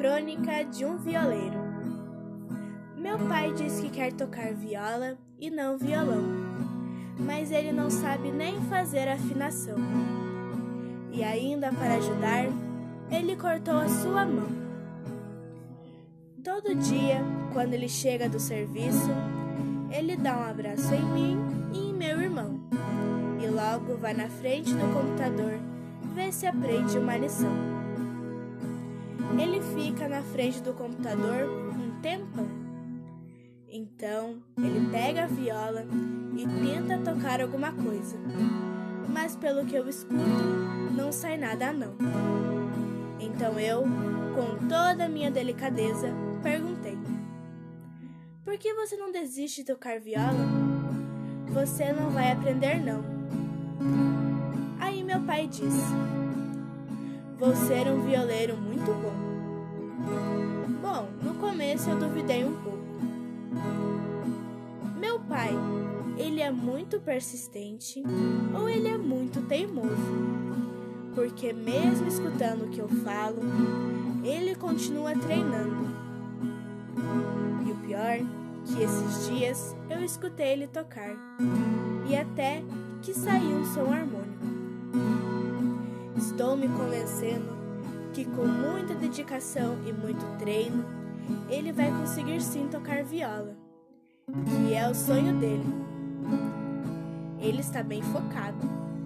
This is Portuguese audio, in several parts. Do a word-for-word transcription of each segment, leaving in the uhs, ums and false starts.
Crônica de um violeiro. Meu pai diz que quer tocar viola e não violão, mas ele não sabe nem fazer afinação. E ainda para ajudar, ele cortou a sua mão. Todo dia, quando ele chega do serviço, ele dá um abraço em mim e em meu irmão, e logo vai na frente do computador ver se aprende uma lição. Ele fica na frente do computador um tempão. Então, ele pega a viola e tenta tocar alguma coisa, mas pelo que eu escuto, não sai nada não. Então eu, com toda a minha delicadeza, perguntei: por que você não desiste de tocar viola? Você não vai aprender não. Aí meu pai disse: vou ser um violeiro muito bom. Bom, no começo eu duvidei um pouco. Meu pai, ele é muito persistente ou ele é muito teimoso? Porque mesmo escutando o que eu falo, ele continua treinando. E o pior, que esses dias eu escutei ele tocar, e até que saiu um som harmônico. Estou me convencendo que com muita dedicação e muito treino, ele vai conseguir sim tocar viola, que é o sonho dele. Ele está bem focado.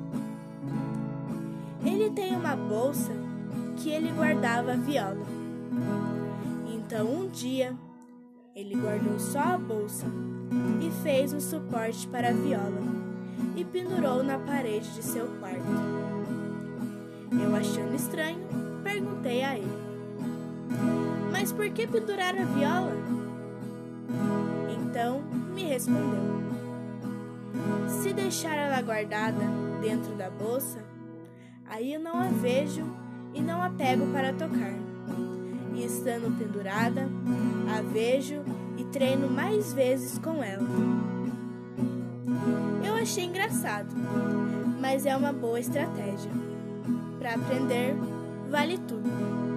Ele tem uma bolsa que ele guardava a viola. Então um dia, ele guardou só a bolsa e fez um suporte para a viola e pendurou na parede de seu quarto. Eu, achando estranho, perguntei a ele: mas por que pendurar a viola? Então me respondeu: se deixar ela guardada dentro da bolsa, aí eu não a vejo e não a pego para tocar. E estando pendurada, a vejo e treino mais vezes com ela. Eu achei engraçado, mas é uma boa estratégia. Para aprender, vale tudo.